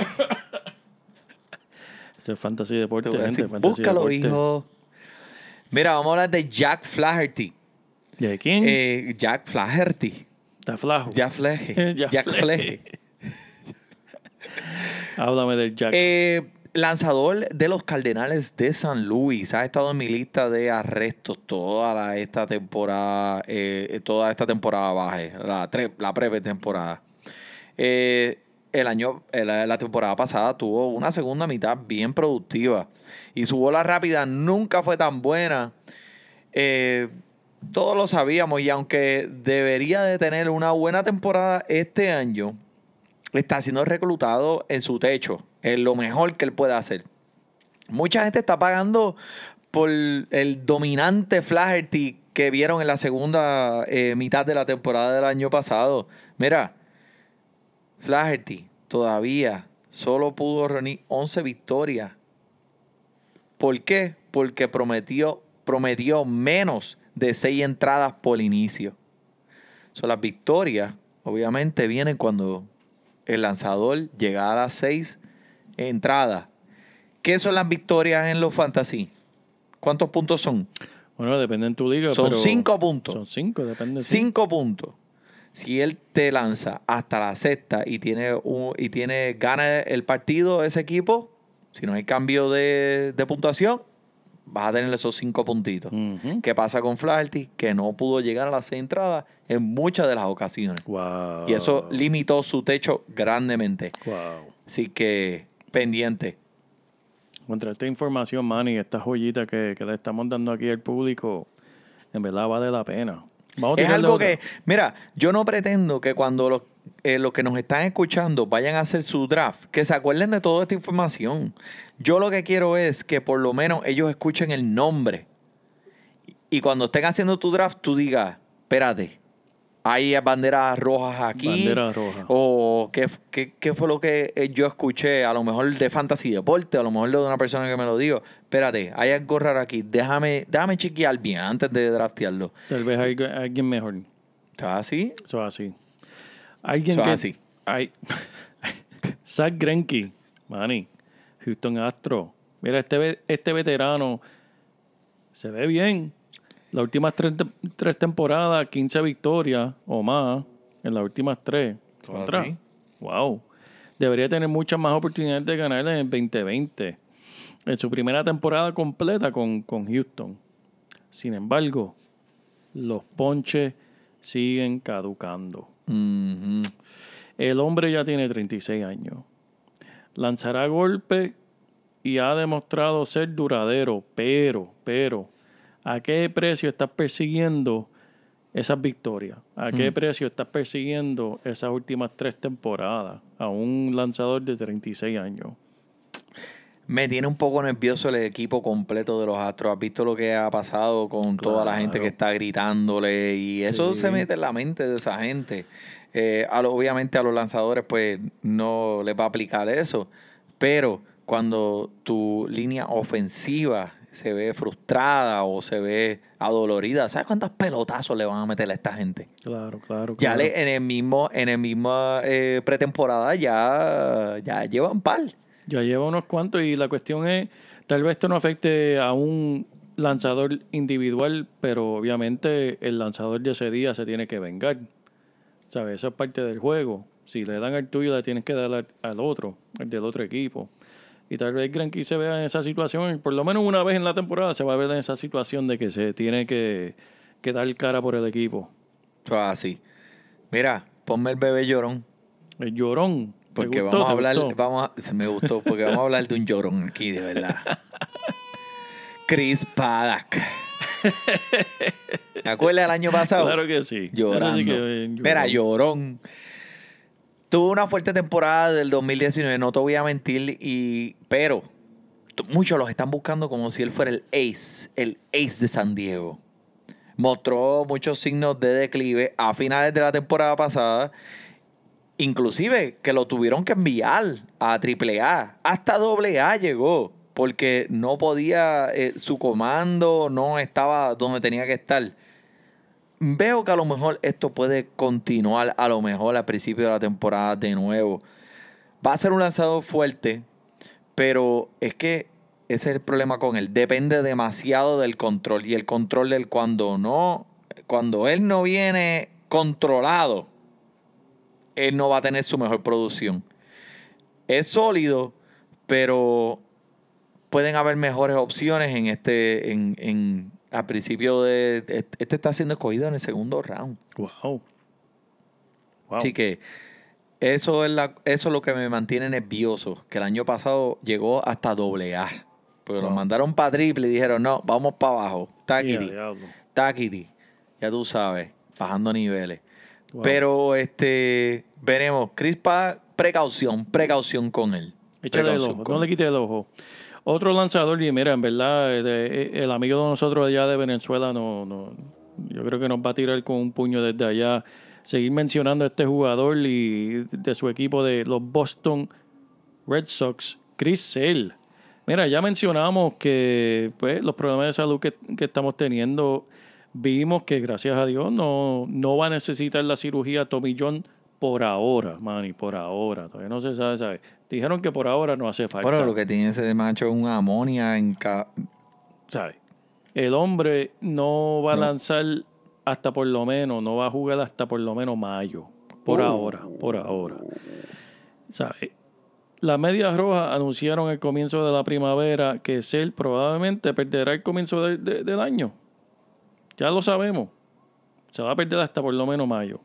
Ese es Fantasy Deporte, Te voy a gente. decir, Fantasy búscalo, Deporte. hijo. Mira, vamos a hablar de Jack Flaherty. ¿De quién? Eh, Jack Flaherty. Está flajo. Jack Flaherty. Jack Jack Flaherty. Flaherty. Háblame del Jack. Eh, lanzador de los Cardenales de San Luis. Ha estado en mi lista de arrestos toda la- esta temporada, eh, toda esta temporada baje, la, tre- la pretemporada. Eh, el año, la, la temporada pasada tuvo una segunda mitad bien productiva y su bola rápida nunca fue tan buena. Eh, todos lo sabíamos y aunque debería de tener una buena temporada este año, está siendo reclutado en su techo, en lo mejor que él puede hacer. Mucha gente está pagando por el dominante Flaherty que vieron en la segunda eh, mitad de la temporada del año pasado. Mira, Flaherty todavía solo pudo reunir once victorias. ¿Por qué? Porque prometió, prometió menos de seis entradas por inicio. So, las victorias, obviamente, vienen cuando el lanzador llega a las seis entradas. ¿Qué son las victorias en los fantasy? ¿Cuántos puntos son? Bueno, depende en tu liga. Son pero cinco puntos. Son cinco, depende. sí. Cinco puntos. Si él te lanza hasta la sexta y tiene un, y tiene gana el partido ese equipo, si no hay cambio de, de puntuación, vas a tener esos cinco puntitos. Ujú. ¿Qué pasa con Flaherty? Que no pudo llegar a las seis entradas en muchas de las ocasiones. Wow. Y eso limitó su techo grandemente. Wow. Así que, pendiente. Contra esta información, Manny, esta joyita que, que le estamos dando aquí al público, en verdad vale la pena. Vamos a Es tirarle algo otra. que, mira, yo no pretendo que cuando los, eh, los que nos están escuchando vayan a hacer su draft, que se acuerden de toda esta información. Yo lo que quiero es que por lo menos ellos escuchen el nombre. Y cuando estén haciendo tu draft, tú digas, espérate, hay banderas rojas aquí. Banderas rojas. O ¿qué, qué, qué fue lo que eh, yo escuché, a lo mejor de Fantasy Deporte, a lo mejor de una persona que me lo dijo. Espérate, hay algo raro aquí. Déjame, déjame chequear bien antes de draftearlo. Tal vez hay alguien mejor. ¿Está así? Eso es así. Alguien Eso es que... así. Hay... Zach Greinke, Manny, Houston Astros. Mira, este, ve- este veterano se ve bien. Las últimas tres, te- tres temporadas, quince victorias o más en las últimas tres. Eso es Contra. así. Wow. Debería tener muchas más oportunidades de ganar en el veinte veinte. En su primera temporada completa con, con Houston. Sin embargo, los ponches siguen caducando. Ujú. El hombre ya tiene treinta y seis años. Lanzará golpes y ha demostrado ser duradero, pero, pero, ¿a qué precio estás persiguiendo esas victorias? ¿A qué Mm. precio estás persiguiendo esas últimas tres temporadas a un lanzador de treinta y seis años? Me tiene un poco nervioso el equipo completo de los Astros. ¿Has visto lo que ha pasado con toda la gente Claro. que está gritándole? Y eso Sí. se mete en la mente de esa gente. Eh, a lo- obviamente a los lanzadores pues no les va a aplicar eso. Pero cuando tu línea ofensiva se ve frustrada o se ve adolorida, ¿sabes cuántos pelotazos le van a meter a esta gente? Claro, claro, Ya claro. le, en el mismo, en el mismo eh, pretemporada ya, ya llevan par. Ya lleva unos cuantos y la cuestión es, tal vez esto no afecte a un lanzador individual, pero obviamente el lanzador de ese día se tiene que vengar. ¿Sabes? Eso es parte del juego. Si le dan al tuyo, le tienes que dar al, al otro, al del otro equipo. Y tal vez Greinke se vea en esa situación, y por lo menos una vez en la temporada se va a ver en esa situación de que se tiene que, que dar cara por el equipo. Eso es así. Mira, ponme el bebé llorón. El llorón. ¿Te Porque gustó? vamos a ¿Te hablar, gustó? vamos a- me gustó, porque vamos a hablar de un llorón aquí, de verdad. Chris Paddock. ¿Te acuerdas del año pasado? Claro que sí. Llorando. Ese sí que es Mira, llorón. Tuvo una fuerte temporada del dos mil diecinueve, no te voy a mentir, y, pero t- muchos los están buscando como si él fuera el ace, el ace de San Diego. Mostró muchos signos de declive a finales de la temporada pasada. Inclusive que lo tuvieron que enviar a triple A. Hasta doble A llegó. Porque no podía, eh, su comando no estaba donde tenía que estar. Veo que a lo mejor esto puede continuar a lo mejor al principio de la temporada de nuevo. Va a ser un lanzador fuerte, pero es que ese es el problema con él. Depende demasiado del control. Y el control del cuando no, cuando él no viene controlado, él no va a tener su mejor producción. Es sólido, pero pueden haber mejores opciones en este, en, en al principio de, este está siendo escogido en el segundo round. Wow. Wow. Así que eso es la, eso es lo que me mantiene nervioso, que el año pasado llegó hasta doble A. Porque Wow. lo mandaron para triple y dijeron, no, vamos para abajo. Ya, Taquiti, diablo. taquiti. Ya tú sabes, bajando niveles. Wow. Pero este veremos. Chris Paddock, precaución, precaución con él. Échale el Precaución ojo, con no le él. quite el ojo. Otro lanzador, y mira, en verdad, el, el amigo de nosotros allá de Venezuela, no, no, yo creo que nos va a tirar con un puño desde allá. Seguir mencionando a este jugador y de su equipo de los Boston Red Sox, Chris Sale. Mira, ya mencionamos que pues, los problemas de salud que, que estamos teniendo, vimos que gracias a Dios no, no va a necesitar la cirugía Tommy John por ahora, Manny, por ahora. Todavía no se sabe, ¿sabes? Dijeron que por ahora no hace falta. Pero lo que tiene ese macho es una amonia en ca- ¿Sabes? El hombre no va a No. lanzar hasta por lo menos, no va a jugar hasta por lo menos mayo. Por Oh. ahora, por ahora. ¿Sabes? Las Medias Rojas anunciaron el comienzo de la primavera que Sale probablemente perderá el comienzo de- de- del año. Ya lo sabemos. Se va a perder hasta por lo menos mayo.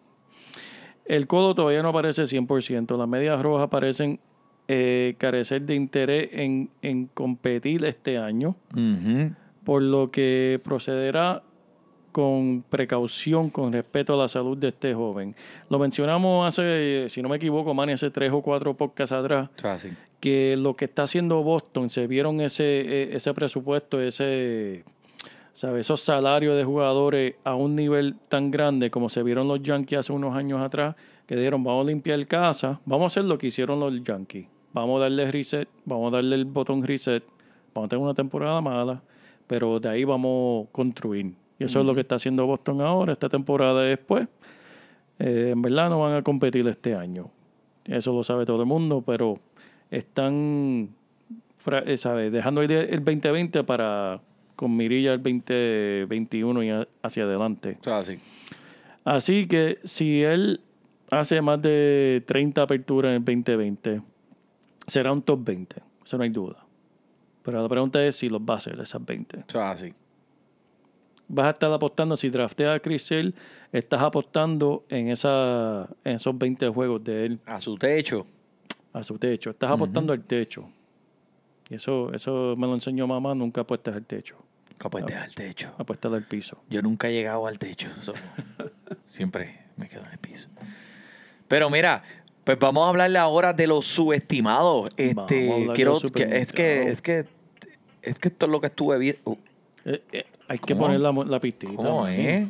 El codo todavía no aparece cien por ciento. Las Medias Rojas parecen eh, carecer de interés en, en competir este año, Ujú. por lo que procederá con precaución con respecto a la salud de este joven. Lo mencionamos hace, si no me equivoco, Manny, hace tres o cuatro podcasts atrás, Ah, sí. que lo que está haciendo Boston, se vieron ese, ese presupuesto, ese, ¿sabe? Esos salarios de jugadores a un nivel tan grande como se vieron los Yankees hace unos años atrás, que dijeron, vamos a limpiar casa, vamos a hacer lo que hicieron los Yankees. Vamos a darle reset, vamos a darle el botón reset, vamos a tener una temporada mala, pero de ahí vamos a construir. Y eso uh-huh. es lo que está haciendo Boston ahora, esta temporada después. Eh, en verdad no van a competir este año. Eso lo sabe todo el mundo, pero están ¿sabes? dejando el veinte veinte para con mirilla el veinte veintiuno y hacia adelante. Ah, sí. Así que si él hace más de treinta aperturas en el veinte veinte, será un top veinte, eso no hay duda. Pero la pregunta es si los va a hacer esas veinte. Ah, sí. Vas a estar apostando, si drafteas a Chris Sale, estás apostando en, esa, en esos veinte juegos de él. A su techo. A su techo. Estás uh-huh. apostando al techo. Y eso, eso me lo enseñó mamá, nunca apuestas al techo. Nunca apuestas al techo. Apuestas al piso. Yo nunca he llegado al techo. So, siempre me quedo en el piso. Pero mira, pues vamos a hablarle ahora de los subestimados. Este, quiero que, es que es que es que esto es lo que estuve viendo. Uh. Eh, eh, hay que poner la, la pistita. ¿Cómo es?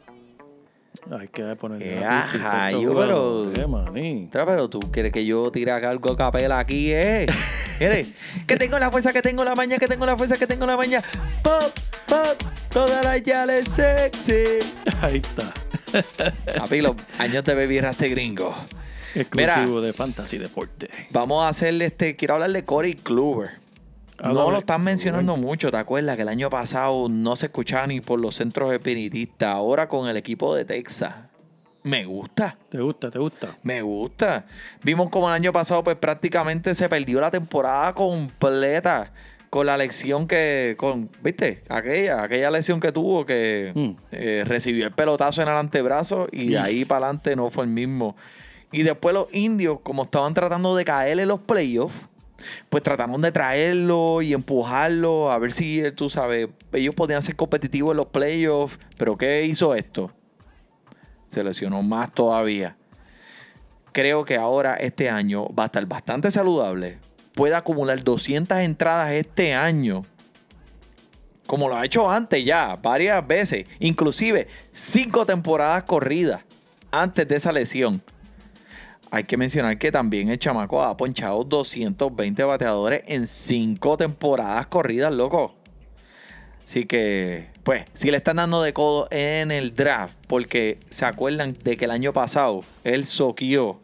Hay que poner eh, la pistita. Yo, pero, eh, pero tú quieres que yo tire algo a capela aquí, ¿eh? Mire, que tengo la fuerza, que tengo la maña, que tengo la fuerza, que tengo la maña. Pop, pop, todas las yales sexy. Ahí está. Papi, los años de Baby Raste gringo. Exclusivo Mira, de Fantasy Deporte. Vamos a hacerle este. Quiero hablarle de Corey Kluber. No Háblame. Lo están mencionando Kluber. mucho. ¿Te acuerdas que el año pasado no se escuchaba ni por los centros espiritistas? Ahora con el equipo de Texas. Me gusta. ¿Te gusta? ¿Te gusta? Me gusta. Vimos como el año pasado, pues prácticamente se perdió la temporada completa con la lesión que. con ¿Viste? Aquella, aquella lesión que tuvo que mm. eh, recibió el pelotazo en el antebrazo y de ahí para adelante no fue el mismo. Y después los indios, como estaban tratando de caer en los playoffs, pues trataron de traerlo y empujarlo a ver si, tú sabes, ellos podían ser competitivos en los playoffs. Pero ¿qué hizo esto? Se lesionó más todavía. Creo que ahora este año va a estar bastante saludable. Puede acumular doscientas entradas este año. Como lo ha hecho antes ya, varias veces. Inclusive cinco temporadas corridas antes de esa lesión. Hay que mencionar que también el chamaco ha ponchado doscientos veinte bateadores en cinco temporadas corridas, loco. Así que, pues, si le están dando de codo en el draft, porque se acuerdan de que el año pasado él soqueó.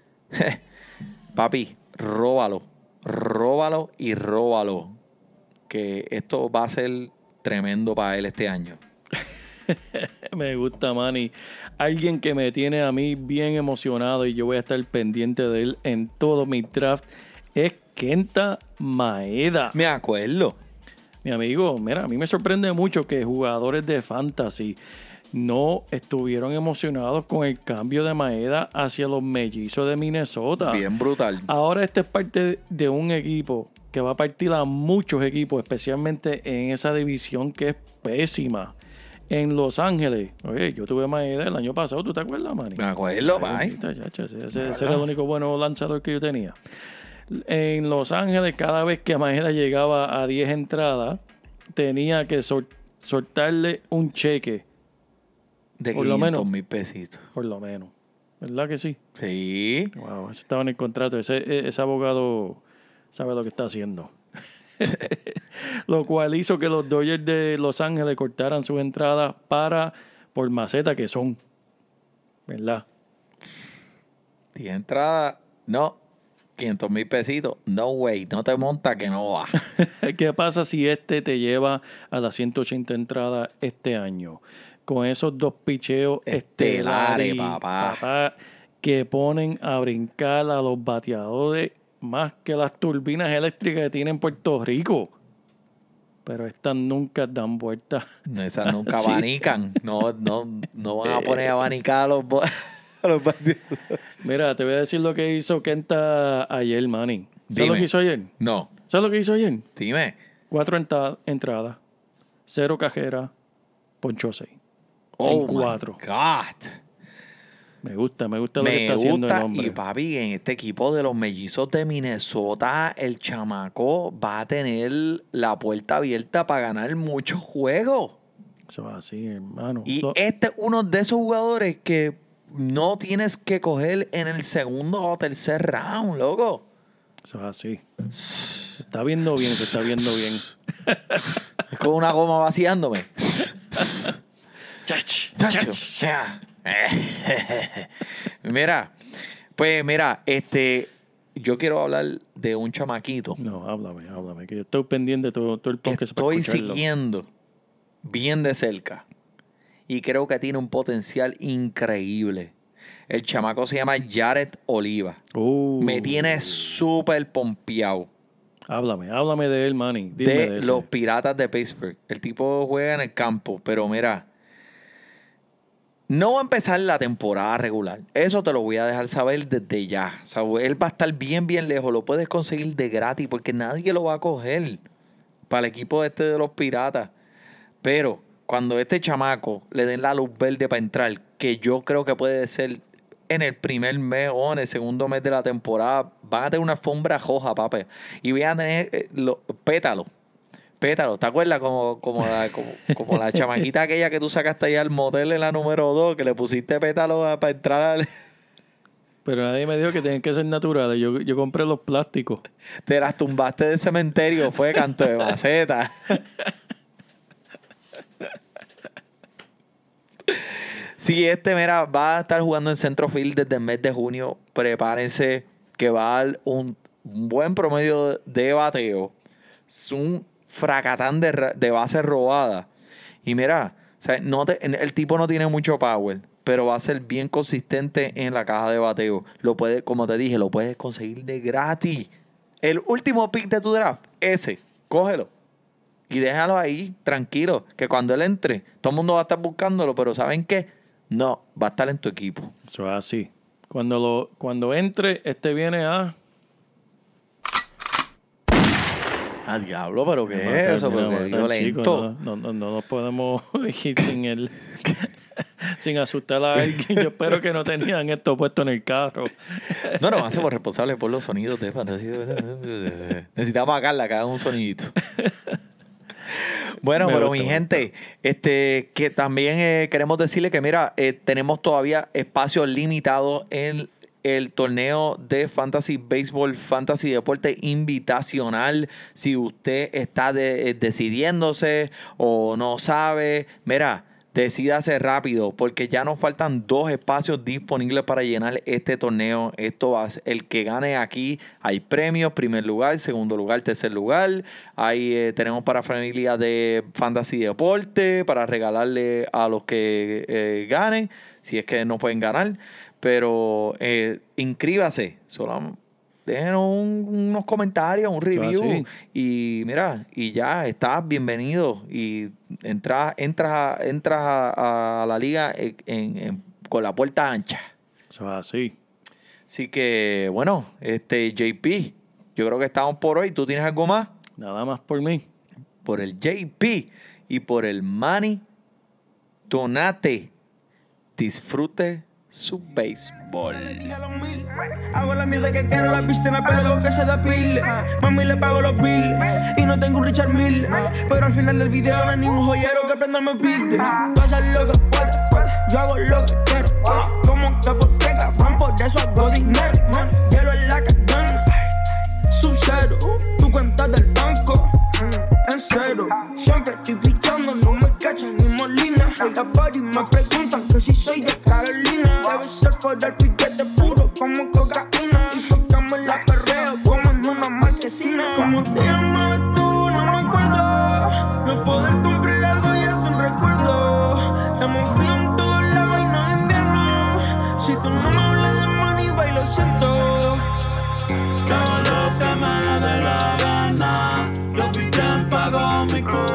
Papi, róbalo, róbalo y róbalo. Que esto va a ser tremendo para él este año. Me gusta, Manny. Alguien que me tiene a mí bien emocionado y yo voy a estar pendiente de él en todo mi draft es Kenta Maeda. Me acuerdo. Mi amigo, mira, a mí me sorprende mucho que jugadores de fantasy no estuvieron emocionados con el cambio de Maeda hacia los Mellizos de Minnesota. Bien brutal. Ahora este es parte de un equipo que va a partir a muchos equipos, especialmente en esa división que es pésima. En Los Ángeles, oye, yo tuve Maeda el año pasado, ¿tú te acuerdas, Manny? Me acuerdo, bye. Ese, ese era el único bueno lanzador que yo tenía. En Los Ángeles, cada vez que Maeda llegaba a diez entradas, tenía que sol- soltarle un cheque. De quinientos mil pesitos. Por lo menos. ¿Verdad que sí? Sí. Wow, eso estaba en el contrato. Ese, ese abogado sabe lo que está haciendo. Lo cual hizo que los Dodgers de Los Ángeles cortaran sus entradas para por maceta que son, ¿verdad? diez entradas, no. quinientos mil pesitos, no way, no te monta que no va. ¿Qué pasa si este te lleva a las ciento ochenta entradas este año? Con esos dos picheos estelares, estelares papá. papá, que ponen a brincar a los bateadores más que las turbinas eléctricas que tiene en Puerto Rico. Pero estas nunca dan vueltas. Esas nunca sí. abanican. No, no, no van a poner a abanicar a los, a los bateadores. Mira, te voy a decir lo que hizo Kenta ayer, Manny. ¿Sabes Dime. lo que hizo ayer? No. ¿Sabes lo que hizo ayer? Dime. Cuatro entra- entradas, cero cajeras, ponchó seis. Oh en cuatro. My God. Me gusta, me gusta lo que Me está haciendo el gusta, hombre. y papi, en este equipo de los mellizos de Minnesota, el chamaco va a tener la puerta abierta para ganar muchos juegos. Eso es así, hermano. Y Lo- este es uno de esos jugadores que no tienes que coger en el segundo o tercer round, loco. Eso es así. Se está viendo bien, se está viendo bien. Es como una goma vaciándome. Chach, Chacho, chach. o sea, mira, pues mira, este, yo quiero hablar de un chamaquito No, háblame, háblame. Que yo estoy pendiente de todo, todo el que podcast para estoy escucharlo. siguiendo bien de cerca y creo que tiene un potencial increíble. El chamaco se llama Jared Oliva. Uh, Me tiene súper pompeado. Háblame, háblame de él, Manny. Dime De de ese. los Piratas de Pittsburgh. El tipo juega en el campo, pero mira, no va a empezar la temporada regular. Eso te lo voy a dejar saber desde ya. O sea, él va a estar bien, bien lejos. Lo puedes conseguir de gratis porque nadie lo va a coger para el equipo este de los Piratas. Pero cuando este chamaco le den la luz verde para entrar, que yo creo que puede ser en el primer mes o en el segundo mes de la temporada, van a tener una alfombra roja, papi. Y van a tener eh, los pétalos. Pétalos. ¿Te acuerdas? Como, como, la, como, como la chamaquita aquella que tú sacaste allá al motel en la número dos, que le pusiste pétalos a- para entrar al... Pero nadie me dijo que tienen que ser naturales. Yo, yo compré los plásticos. Te las tumbaste del cementerio. Fue canto de maceta. Sí, este, mira, va a estar jugando en centrofield desde el mes de junio. Prepárense que va a dar un, un buen promedio de bateo. Es un fracatán de, ra- de bases robadas. Y mira, o sea, no te- el tipo no tiene mucho power, pero va a ser bien consistente en la caja de bateo. Lo puedes, como te dije, lo puedes conseguir de gratis. El último pick de tu draft, ese, cógelo. Y déjalo ahí, tranquilo, que cuando él entre, todo el mundo va a estar buscándolo, pero ¿saben qué? No, va a estar en tu equipo. Eso es así. Cuando, lo, cuando entre, este viene a... Ah, diablo, pero ¿qué Mira, es eso? mira, Porque mira, violento. chicos, no, no, no, no nos podemos ir sin él. Sin asustar a alguien. Yo espero que no tenían esto puesto en el carro. No, no, hacemos responsables por los sonidos de fantasía. Necesitamos a Carla que haga un sonidito. Bueno, Me pero gusta, mi me gente, este, que también eh, queremos decirle que, mira, eh, tenemos todavía espacios limitados en el torneo de Fantasy Baseball, Fantasy Deporte Invitacional. Si usted está de- eh, decidiéndose o no sabe, mira, decídase rápido porque ya nos faltan dos espacios disponibles para llenar este torneo. Esto va a ser el que gane aquí. Hay premios, primer lugar, segundo lugar, tercer lugar. Ahí eh, tenemos para familia de Fantasy Deporte para regalarle a los que eh, ganen, si es que no pueden ganar. Pero eh, inscríbase. Solo déjenos un- unos comentarios, un review. sí. Y mira, y ya estás bienvenido. Y entras, entras, a, entras a, a la liga en, en- con la puerta ancha. Eso es así. Así que, bueno, este J P, yo creo que estamos por hoy. ¿Tú tienes algo más? Nada más por mí. Por el J P y por el Manny Donate. Disfrute su béisbol. Dije a los mil, hago la mierda que quiero, la viste en la pelo que se depile. Mami le pago los bills y no tengo un Richard Mille. Pero al final del video no hay ni un joyero que prenda me pide. Tú haces lo que puedes, yo hago lo que quiero. Como que por qué cabrón, por eso hago dinero. Hielo en la cadena, sub-cero, tu cuenta del banco. En cero, siempre estoy brillando, no me cachan ni molina. Las buddies me preguntan que si soy de Carolina. Debe ser por el piquete puro como cocaína. Y porque me la perreo como en una marquesina. Como te llamabas tú, no me acuerdo. No poder cumplir algo ya es un recuerdo. Estamos fríos en todos lados y no invierno. Si tú no me hablas de money, bailo lo siento. Que hago lo que me dé la gana. Los weekends pago mi culo.